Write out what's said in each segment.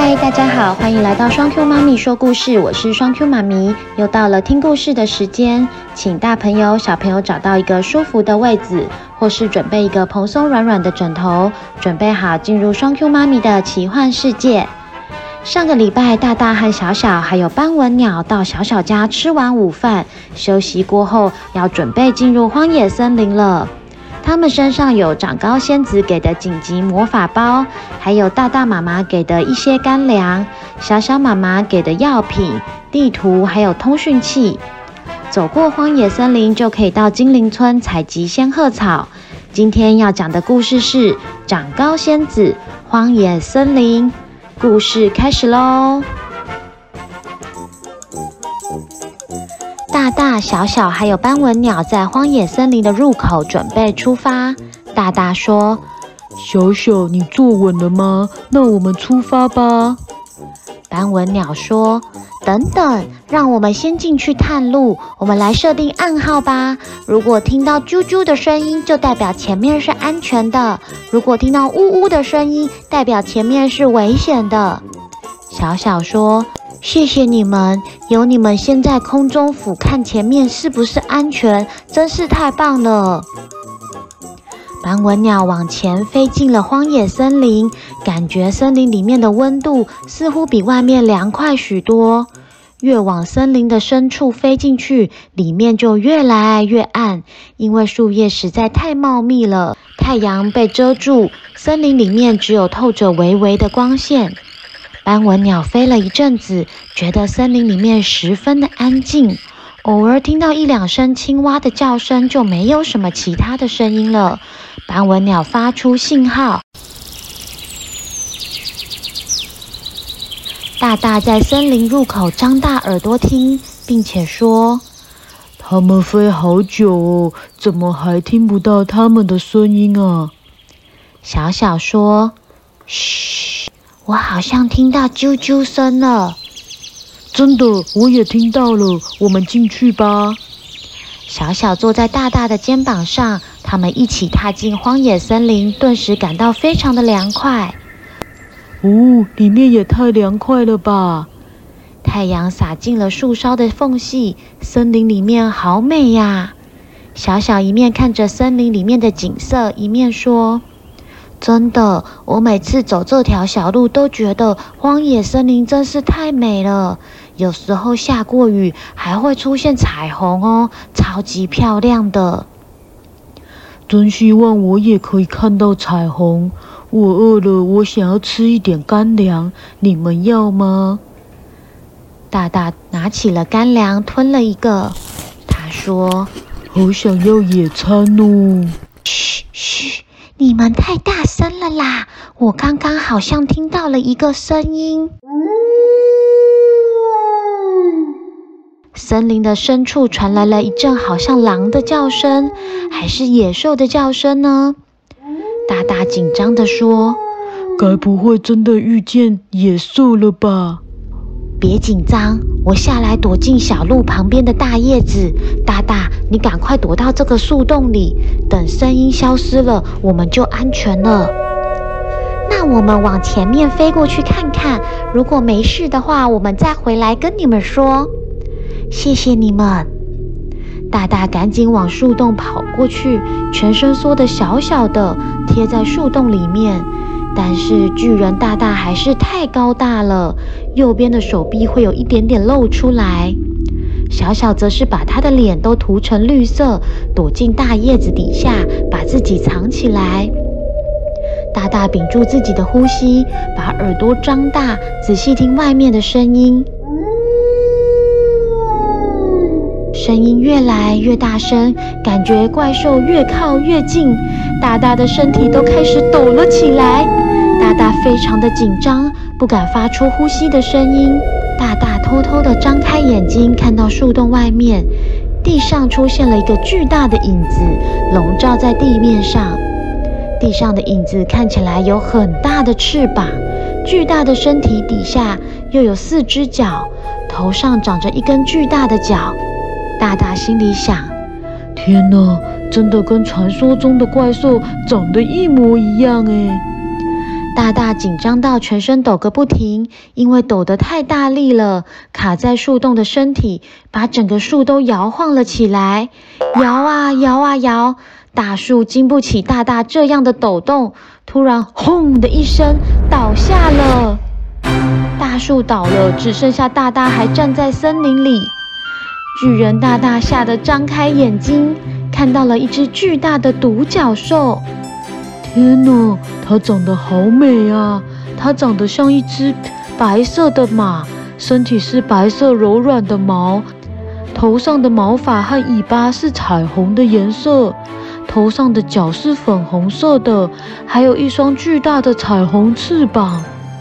嗨，大家好，欢迎来到双 Q 妈咪说故事，我是双 Q 妈咪，又到了听故事的时间，请大朋友小朋友找到一个舒服的位置，或是准备一个蓬松软软的枕头，准备好进入双 Q 妈咪的奇幻世界。上个礼拜，大大和小小还有斑纹鸟到小小家吃完午饭，休息过后要准备进入荒野森林了。他们身上有长高仙子给的紧急魔法包，还有大大妈妈给的一些干粮，小小妈妈给的药品、地图还有通讯器。走过荒野森林就可以到精灵村采集仙鹤草。今天要讲的故事是长高仙子荒野森林。故事开始咯。大大、小小还有斑纹鸟在荒野森林的入口准备出发。大大说： 小小，你坐稳了吗？那我们出发吧。 斑纹鸟说：等等，让我们先进去探路，我们来设定暗号吧。如果听到啾啾的声音，就代表前面是安全的；如果听到呜呜的声音，代表前面是危险的。小小说：谢谢你们，有你们先在空中俯瞰前面是不是安全，真是太棒了。斑纹鸟往前飞进了荒野森林，感觉森林里面的温度似乎比外面凉快许多。越往森林的深处飞进去，里面就越来越暗，因为树叶实在太茂密了，太阳被遮住，森林里面只有透着微微的光线。斑纹鸟飞了一阵子，觉得森林里面十分的安静，偶尔听到一两声青蛙的叫声，就没有什么其他的声音了。斑纹鸟发出信号，大大在森林入口张大耳朵听，并且说： 他们飞好久哦，怎么还听不到他们的声音啊？ 小小说：嘘，我好像听到啾啾声了。 真的，我也听到了，我们进去吧。 小小坐在大大的肩膀上，他们一起踏进荒野森林，顿时感到非常的凉快。 哦，里面也太凉快了吧！ 太阳洒进了树梢的缝隙，森林里面好美呀。小小一面看着森林里面的景色，一面说：真的，我每次走这条小路都觉得荒野森林真是太美了。有时候下过雨还会出现彩虹哦，超级漂亮的。 真希望我也可以看到彩虹。我饿了，我想要吃一点干粮，你们要吗？ 大大拿起了干粮，吞了一个。他说： 好想要野餐哦。 嘘嘘，你们太大声了啦！我刚刚好像听到了一个声音。森林的深处传来了一阵好像狼的叫声，还是野兽的叫声呢？大大紧张地说： 该不会真的遇见野兽了吧？ 别紧张，我下来躲进小路旁边的大叶子。大大，你赶快躲到这个树洞里，等声音消失了，我们就安全了。那我们往前面飞过去看看，如果没事的话，我们再回来跟你们说。谢谢你们。大大赶紧往树洞跑过去，全身缩得小小的，贴在树洞里面。但是巨人大大还是太高大了，右边的手臂会有一点点露出来。小小则是把他的脸都涂成绿色，躲进大叶子底下，把自己藏起来。大大屏住自己的呼吸，把耳朵张大，仔细听外面的声音。声音越来越大声，感觉怪兽越靠越近，大大的身体都开始抖了起来。大大非常的紧张，不敢发出呼吸的声音。大大偷偷的张开眼睛，看到树洞外面，地上出现了一个巨大的影子，笼罩在地面上。地上的影子看起来有很大的翅膀，巨大的身体底下又有4只脚，头上长着一根巨大的角。大大心里想： 天哪，真的跟传说中的怪兽长得一模一样诶。 大大紧张到全身抖个不停，因为抖得太大力了，卡在树洞的身体把整个树都摇晃了起来，摇啊摇啊摇，大树经不起大大这样的抖动，突然轰的一声倒下了。大树倒了，只剩下大大还站在森林里。巨人大大吓得张开眼睛，看到了一只巨大的独角兽。 天哪，它长得好美啊！它长得像一只白色的马，身体是白色柔软的毛，头上的毛发和尾巴是彩虹的颜色，头上的角是粉红色的，还有一双巨大的彩虹翅膀。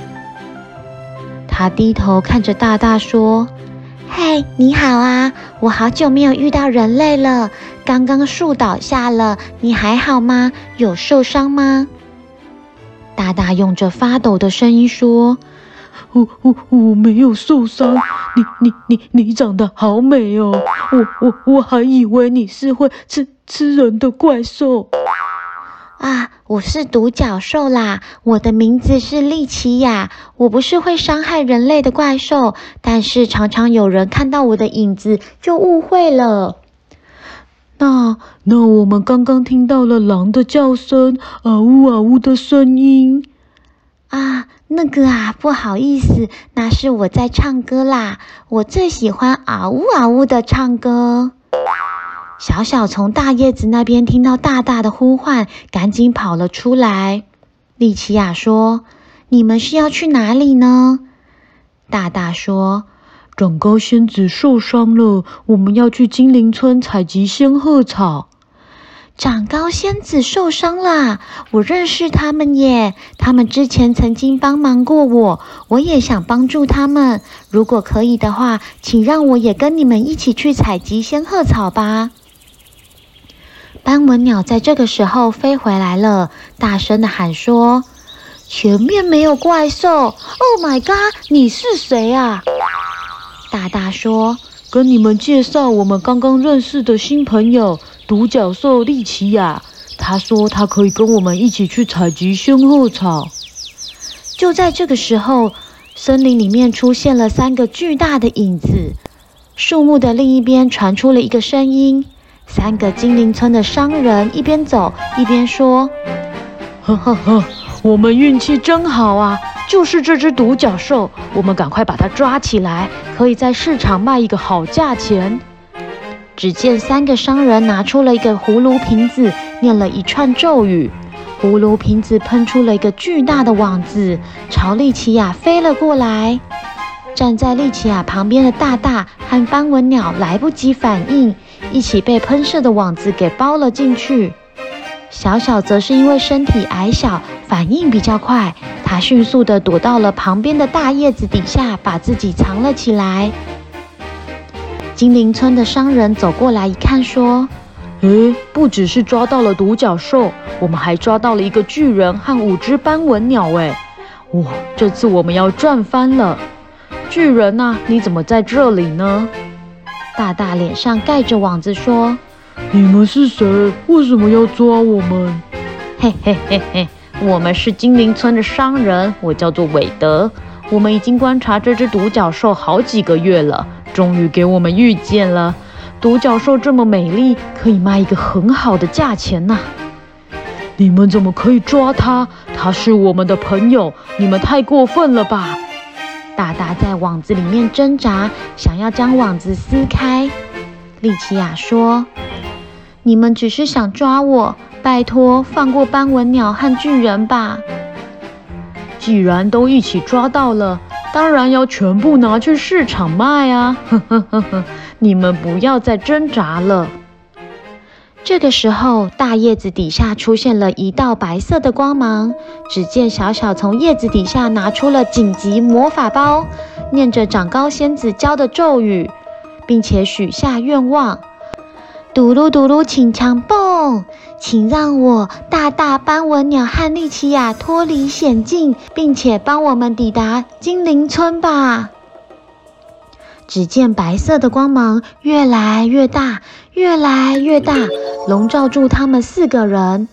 他低头看着大大说：“嘿，你好啊，我好久没有遇到人类了。刚刚树倒下了，你还好吗？有受伤吗？”大大用着发抖的声音说：“ 我没有受伤，你长得好美哦，我还以为你是会吃人的怪兽。” 啊，我是独角兽啦，我的名字是利奇亚，我不是会伤害人类的怪兽，但是常常有人看到我的影子就误会了。 那我们刚刚听到了狼的叫声，啊呜啊呜的声音。 啊，那个啊，不好意思，那是我在唱歌啦，我最喜欢啊呜啊呜的唱歌。小小从大叶子那边听到大大的呼唤，赶紧跑了出来。利奇亚说：“你们是要去哪里呢？”大大说：“ 长高仙子受伤了，我们要去精灵村采集仙鹤草。” 长高仙子受伤啦，我认识他们耶，他们之前曾经帮忙过我，我也想帮助他们。如果可以的话，请让我也跟你们一起去采集仙鹤草吧。斑纹鸟在这个时候飞回来了，大声地喊说：“前面没有怪兽 ！Oh my god， 你是谁啊？”大大说：“ 跟你们介绍我们刚刚认识的新朋友，独角兽利奇亚。他说他可以跟我们一起去采集仙鹤草。” 就在这个时候，森林里面出现了3个巨大的影子，树木的另一边传出了一个声音。3个精灵村的商人一边走一边说：“ 呵呵呵，我们运气真好啊！就是这只独角兽，我们赶快把它抓起来，可以在市场卖一个好价钱。” 只见3个商人拿出了一个葫芦瓶子，念了一串咒语，葫芦瓶子喷出了一个巨大的网子，朝利奇亚飞了过来。站在利奇亚旁边的大大和斑纹鸟来不及反应，一起被喷射的网子给包了进去。小小则是因为身体矮小，反应比较快，他迅速地躲到了旁边的大叶子底下，把自己藏了起来。精灵村的商人走过来一看，说：“ 不只是抓到了独角兽，我们还抓到了一个巨人和5只斑纹鸟。哇，这次我们要赚翻了！巨人啊，你怎么在这里呢？” 大大脸上盖着网子说：“ 你们是谁？为什么要抓我们？”“ 嘿嘿嘿嘿，我们是精灵村的商人，我叫做韦德。我们已经观察这只独角兽好几个月了，终于给我们遇见了。独角兽这么美丽，可以卖一个很好的价钱呐。”“ 你们怎么可以抓它？它是我们的朋友，你们太过分了吧！” 大大在网子里面挣扎，想要将网子撕开。利奇亚说：“你们只是想抓我，拜托放过斑纹鸟和巨人吧。”“ 既然都一起抓到了，当然要全部拿去市场卖啊！呵呵呵呵，你们不要再挣扎了。” 这个时候，大叶子底下出现了一道白色的光芒。只见小小从叶子底下拿出了紧急魔法包，念着长高仙子教的咒语，并且许下愿望：“嘟噜嘟噜，请强蹦，请让我大大斑纹鸟和利奇亚脱离险境，并且帮我们抵达精灵村吧。”只见白色的光芒越来越大，越来越大，笼罩住他们4个人。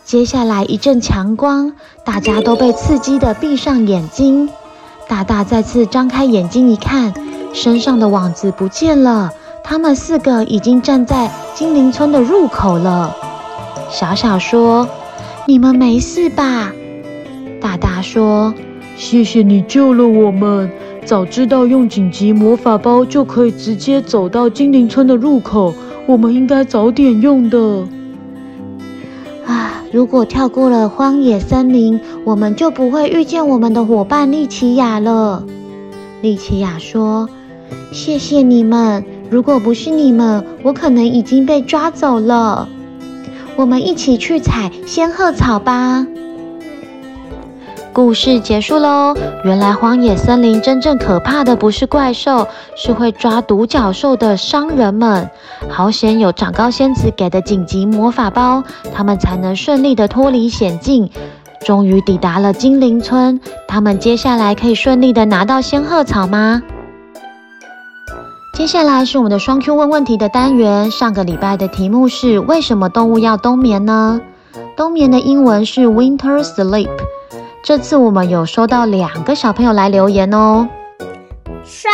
接下来一阵强光，大家都被刺激地闭上眼睛。大大再次张开眼睛一看，身上的网子不见了，他们4个已经站在精灵村的入口了。小小说：“你们没事吧？”大大说：“ 谢谢你救了我们，早知道用紧急魔法包就可以直接走到精灵村的入口，我们应该早点用的。” 如果跳过了荒野森林，我们就不会遇见我们的伙伴莉奇亚了。莉奇亚说：“谢谢你们，如果不是你们，我可能已经被抓走了。我们一起去采仙鹤草吧。”故事结束咯。原来荒野森林真正可怕的不是怪兽，是会抓独角兽的商人们。好险有长高仙子给的紧急魔法包，他们才能顺利的脱离险境，终于抵达了精灵村。他们接下来可以顺利的拿到仙鹤草吗？接下来是我们的双 Q 问问题的单元。上个礼拜的题目是为什么动物要冬眠呢？冬眠的英文是 Winter Sleep。这次我们有收到2个小朋友来留言哦。 双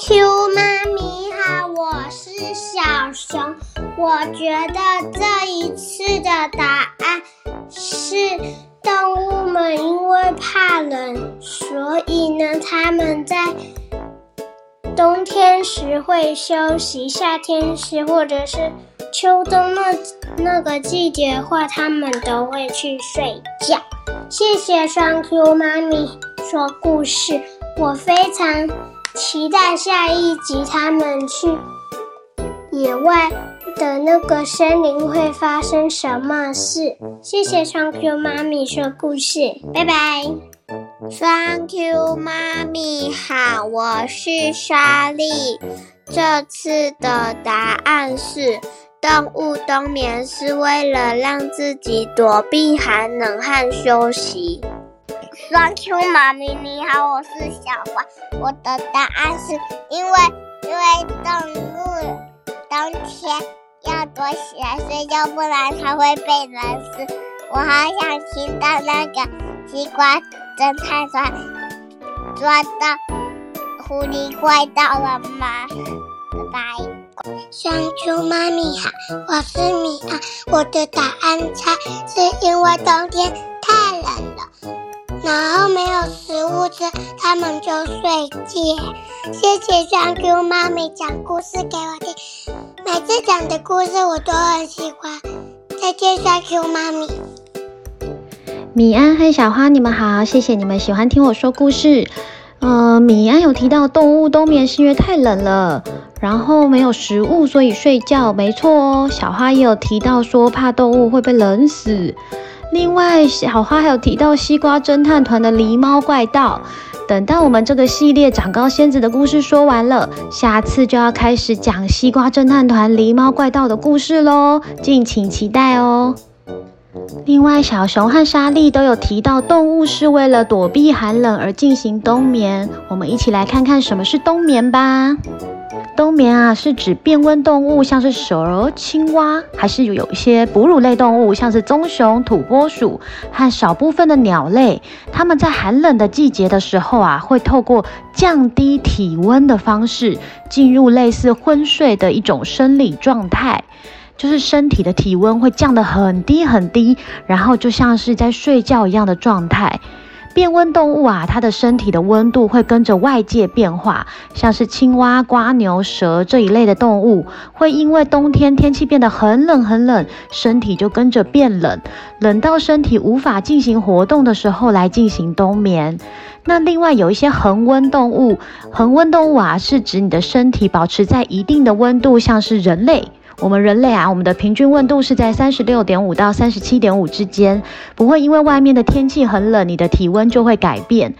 Q 妈咪好，我是小熊。我觉得这一次的答案是动物们因为怕冷，所以呢，他们在冬天时会休息，夏天时或者是秋冬那个季节的话，他们都会去睡觉。谢谢双 Q 妈咪说故事，我非常期待下一集他们去野外的那个森林会发生什么事。谢谢双 Q 妈咪说故事，拜拜。双 Q 妈咪好，我是莎莉。这次的答案是动物冬眠是为了让自己躲避寒冷和休息。双 Q 妈咪你好，我是小花。我的答案是因为动物冬天要躲起来睡觉，不然它会被冷死。我好想听到那个西瓜侦探团抓到狐狸怪盗了吗？拜拜。双 Q 妈咪好，我是米娅。我的答案猜是因为冬天太冷了，然后没有食物吃，他们就睡觉。谢谢双 Q 妈咪讲故事给我听，每次讲的故事我都很喜欢。再见，双 Q 妈咪。 米安和小花，你们好，谢谢你们喜欢听我说故事。米安有提到动物冬眠是因为太冷了，然后没有食物所以睡觉，没错哦。小花也有提到说怕动物会被冷死。另外小花还有提到西瓜侦探团的狸猫怪盗。等到我们这个系列长高仙子的故事说完了，下次就要开始讲西瓜侦探团狸猫怪盗的故事咯，敬请期待哦。另外小熊和莎莉都有提到动物是为了躲避寒冷而进行冬眠，我们一起来看看什么是冬眠吧。冬眠啊，是指变温动物，像是蛇、青蛙，还是有一些哺乳类动物，像是棕熊、土拨鼠和少部分的鸟类，它们在寒冷的季节的时候啊，会透过降低体温的方式，进入类似昏睡的一种生理状态。就是身体的体温会降得很低很低，然后就像是在睡觉一样的状态。变温动物啊，它的身体的温度会跟着外界变化，像是青蛙、蝸牛、蛇这一类的动物，会因为冬天天气变得很冷很冷，身体就跟着变冷，冷到身体无法进行活动的时候来进行冬眠。那另外有一些恒温动物，恒温动物啊，是指你的身体保持在一定的温度，像是人类。我们人类啊，我们的平均温度是在36.5到37.5之间，不会因为外面的天气很冷，你的体温就会改变。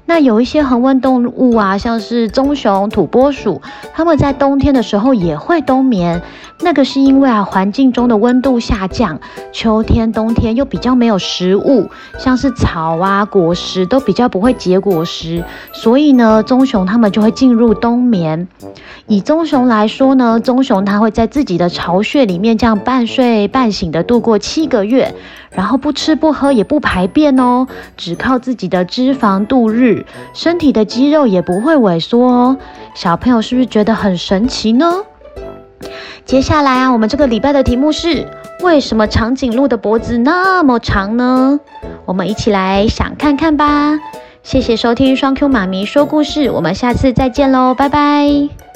那有一些恒温动物啊，像是棕熊、土拨鼠，它们在冬天的时候也会冬眠。那个是因为环境中的温度下降，秋天、冬天又比较没有食物，像是草啊、果实都比较不会结果实，所以呢，棕熊它们就会进入冬眠。以棕熊来说呢，棕熊它会在自己的巢穴里面这样半睡半醒的度过7个月，然后不吃不喝也不排便哦，只靠自己的脂肪度日，身体的肌肉也不会萎缩哦。小朋友是不是觉得很神奇呢？接下来我们这个礼拜的题目是：为什么长颈鹿的脖子那么长呢？我们一起来想看看吧。谢谢收听双 Q 妈咪说故事，我们下次再见喽，拜拜。